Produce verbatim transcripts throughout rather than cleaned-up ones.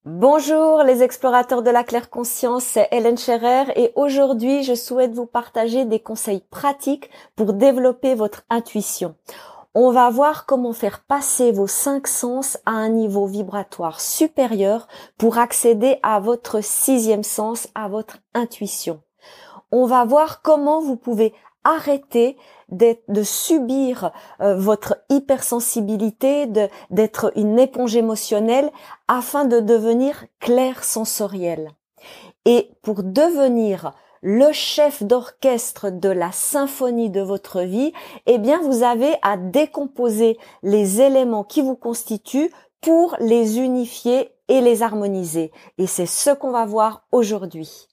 Bonjour les explorateurs de la claire conscience, c'est Hélène Scherer et aujourd'hui je souhaite vous partager des conseils pratiques pour développer votre intuition. On va voir comment faire passer vos cinq sens à un niveau vibratoire supérieur pour accéder à votre sixième sens, à votre intuition. On va voir comment vous pouvez arrêter d'être, de subir euh, votre hypersensibilité, de, d'être une éponge émotionnelle afin de devenir clairsensoriel. Et pour devenir le chef d'orchestre de la symphonie de votre vie, eh bien, vous avez à décomposer les éléments qui vous constituent pour les unifier et les harmoniser. Et c'est ce qu'on va voir aujourd'hui.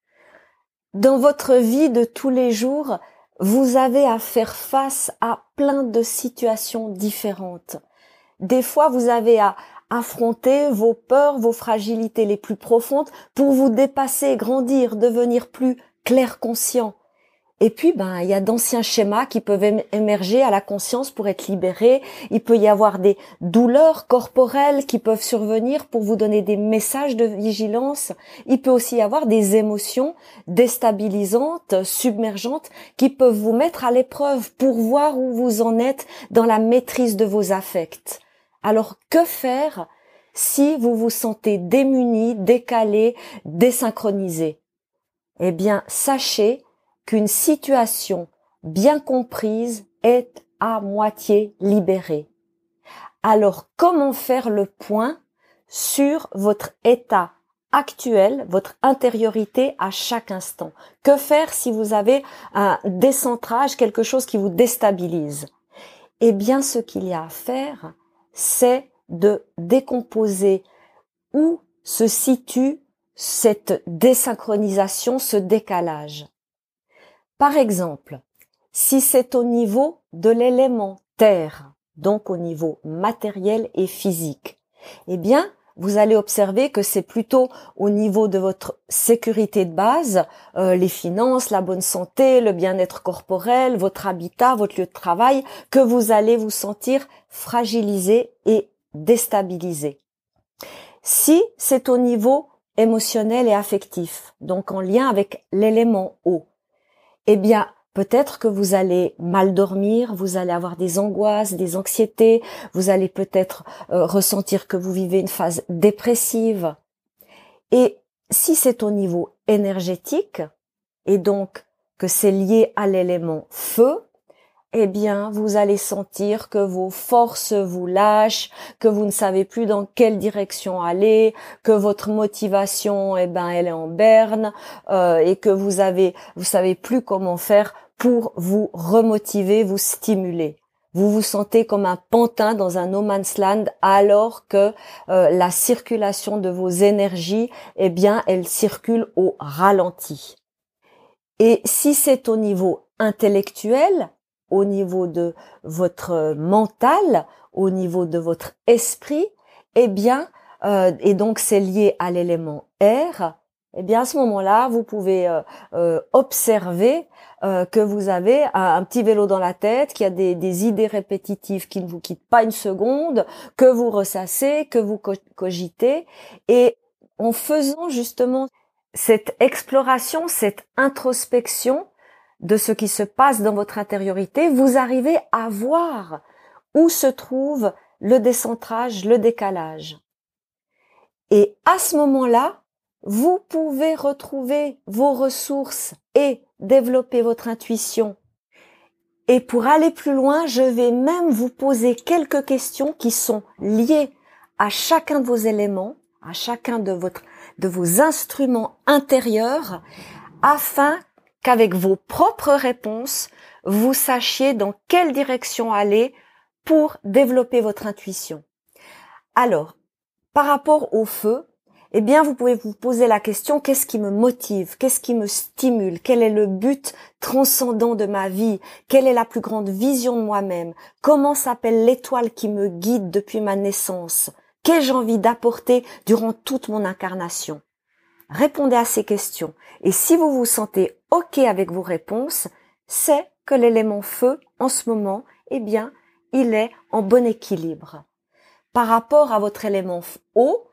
Dans votre vie de tous les jours, vous avez à faire face à plein de situations différentes. Des fois, vous avez à affronter vos peurs, vos fragilités les plus profondes pour vous dépasser, grandir, devenir plus clair-conscient. Et puis, ben, il y a d'anciens schémas qui peuvent émerger à la conscience pour être libérés. Il peut y avoir des douleurs corporelles qui peuvent survenir pour vous donner des messages de vigilance. Il peut aussi y avoir des émotions déstabilisantes, submergentes, qui peuvent vous mettre à l'épreuve pour voir où vous en êtes dans la maîtrise de vos affects. Alors, que faire si vous vous sentez démuni, décalé, désynchronisé? Eh bien, sachez qu'une situation bien comprise est à moitié libérée. Alors, comment faire le point sur votre état actuel, votre intériorité à chaque instant? Que faire si vous avez un décentrage, quelque chose qui vous déstabilise? Eh bien, ce qu'il y a à faire, c'est de décomposer où se situe cette désynchronisation, ce décalage. Par exemple, si c'est au niveau de l'élément terre, donc au niveau matériel et physique, eh bien, vous allez observer que c'est plutôt au niveau de votre sécurité de base, euh, les finances, la bonne santé, le bien-être corporel, votre habitat, votre lieu de travail, que vous allez vous sentir fragilisé et déstabilisé. Si c'est au niveau émotionnel et affectif, donc en lien avec l'élément eau, eh bien, peut-être que vous allez mal dormir, vous allez avoir des angoisses, des anxiétés, vous allez peut-être euh, ressentir que vous vivez une phase dépressive. Et si c'est au niveau énergétique, et donc que c'est lié à l'élément feu, eh bien, vous allez sentir que vos forces vous lâchent, que vous ne savez plus dans quelle direction aller, que votre motivation, eh ben, elle est en berne, euh, et que vous avez, vous savez plus comment faire pour vous remotiver, vous stimuler. Vous vous sentez comme un pantin dans un no man's land, alors que euh, la circulation de vos énergies, eh bien, elle circule au ralenti. Et si c'est au niveau intellectuel, au niveau de votre mental, au niveau de votre esprit, eh bien, euh, et donc c'est lié à l'élément air, eh bien à ce moment-là, vous pouvez euh, euh, observer euh, que vous avez un, un petit vélo dans la tête, qu'il y a des, des idées répétitives qui ne vous quittent pas une seconde, que vous ressassez, que vous co- cogitez, et en faisant justement cette exploration, cette introspection de ce qui se passe dans votre intériorité, vous arrivez à voir où se trouve le décentrage, le décalage. Et à ce moment-là, vous pouvez retrouver vos ressources et développer votre intuition. Et pour aller plus loin, je vais même vous poser quelques questions qui sont liées à chacun de vos éléments, à chacun de votre, de vos instruments intérieurs, afin qu'avec vos propres réponses, vous sachiez dans quelle direction aller pour développer votre intuition. Alors, par rapport au feu, eh bien, vous pouvez vous poser la question, qu'est-ce qui me motive? Qu'est-ce qui me stimule? Quel est le but transcendant de ma vie? Quelle est la plus grande vision de moi-même? Comment s'appelle l'étoile qui me guide depuis ma naissance? Qu'ai-je envie d'apporter durant toute mon incarnation? Répondez à ces questions. Et si vous vous sentez OK avec vos réponses, c'est que l'élément feu, en ce moment, eh bien, il est en bon équilibre. Par rapport à votre élément eau,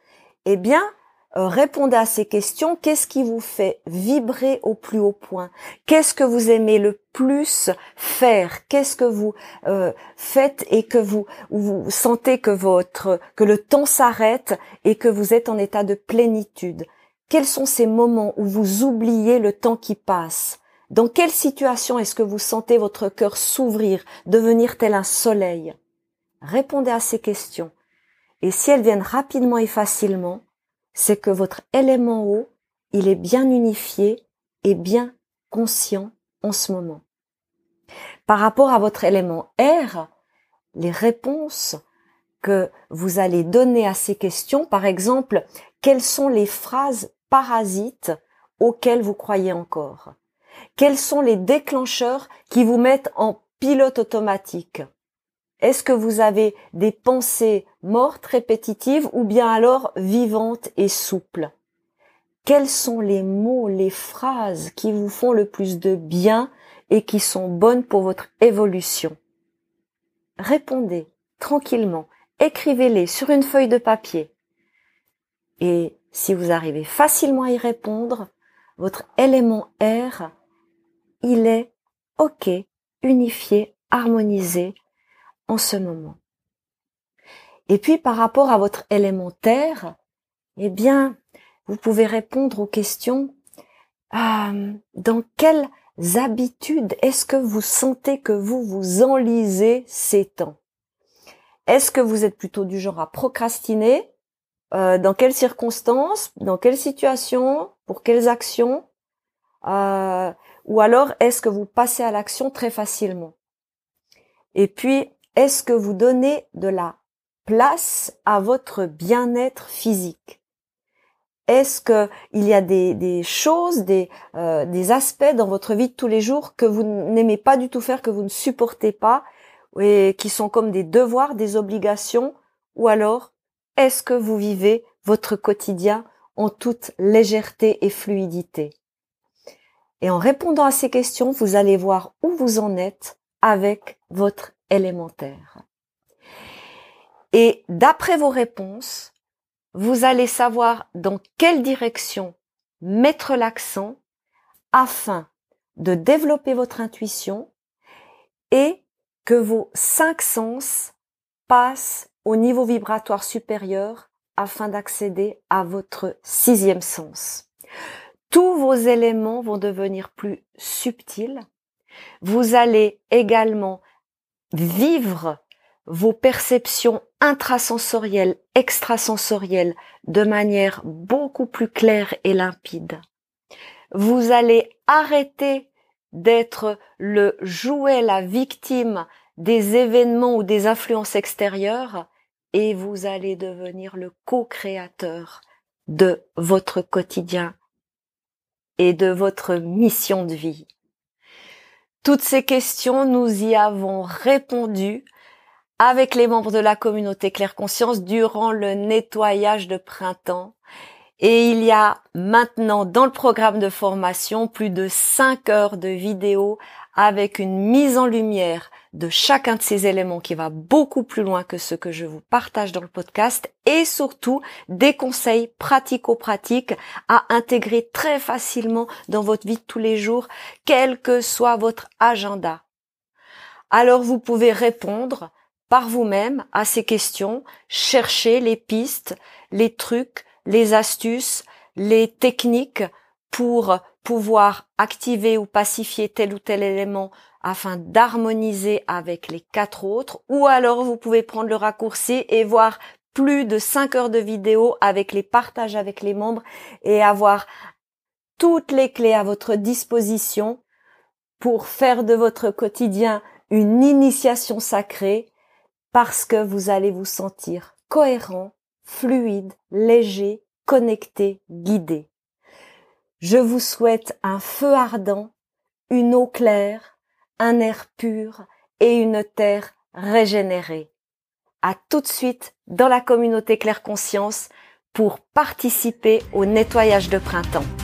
Eh bien, euh, répondez à ces questions. Qu'est-ce qui vous fait vibrer au plus haut point? Qu'est-ce que vous aimez le plus faire? Qu'est-ce que vous euh, faites et que vous, vous sentez que votre que le temps s'arrête et que vous êtes en état de plénitude? Quels sont ces moments où vous oubliez le temps qui passe? Dans quelle situation est-ce que vous sentez votre cœur s'ouvrir, devenir tel un soleil? Répondez à ces questions. Et si elles viennent rapidement et facilement, c'est que votre élément haut, il est bien unifié et bien conscient en ce moment. Par rapport à votre élément air, les réponses que vous allez donner à ces questions, par exemple, quelles sont les phrases parasites auxquelles vous croyez encore? Quels sont les déclencheurs qui vous mettent en pilote automatique? Est-ce que vous avez des pensées mortes, répétitives, ou bien alors vivantes et souples? Quels sont les mots, les phrases qui vous font le plus de bien et qui sont bonnes pour votre évolution? Répondez tranquillement, écrivez-les sur une feuille de papier. Et si vous arrivez facilement à y répondre, votre élément air, il est OK, unifié, harmonisé en ce moment. Et puis par rapport à votre élément terre, eh bien, vous pouvez répondre aux questions euh, dans quelles habitudes est-ce que vous sentez que vous vous enlisez ces temps? Est-ce que vous êtes plutôt du genre à procrastiner? euh, Dans quelles circonstances? Dans quelles situations? Pour quelles actions? euh, Ou alors est-ce que vous passez à l'action très facilement? Et puis, est-ce que vous donnez de la place à votre bien-être physique? Est-ce que il y a des, des choses, des, euh, des aspects dans votre vie de tous les jours que vous n'aimez pas du tout faire, que vous ne supportez pas, et qui sont comme des devoirs, des obligations? Ou alors, est-ce que vous vivez votre quotidien en toute légèreté et fluidité? Et en répondant à ces questions, vous allez voir où vous en êtes avec votre élémentaire. Et d'après vos réponses, vous allez savoir dans quelle direction mettre l'accent afin de développer votre intuition et que vos cinq sens passent au niveau vibratoire supérieur afin d'accéder à votre sixième sens. Tous vos éléments vont devenir plus subtils. Vous allez également vivre vos perceptions intrasensorielles, extrasensorielles de manière beaucoup plus claire et limpide. Vous allez arrêter d'être le jouet, la victime des événements ou des influences extérieures et vous allez devenir le co-créateur de votre quotidien et de votre mission de vie. Toutes ces questions, nous y avons répondu avec les membres de la communauté Claire Conscience durant le nettoyage de printemps. Et il y a maintenant dans le programme de formation plus de cinq heures de vidéos avec une mise en lumière de chacun de ces éléments qui va beaucoup plus loin que ce que je vous partage dans le podcast et surtout des conseils pratico-pratiques à intégrer très facilement dans votre vie de tous les jours, quel que soit votre agenda. Alors vous pouvez répondre par vous-même à ces questions, chercher les pistes, les trucs, les astuces, les techniques pour pouvoir activer ou pacifier tel ou tel élément afin d'harmoniser avec les quatre autres, ou alors vous pouvez prendre le raccourci et voir plus de cinq heures de vidéo avec les partages avec les membres et avoir toutes les clés à votre disposition pour faire de votre quotidien une initiation sacrée parce que vous allez vous sentir cohérent, fluide, léger, connecté, guidé. Je vous souhaite un feu ardent, une eau claire, un air pur et une terre régénérée. À tout de suite dans la communauté Claire Conscience pour participer au nettoyage de printemps.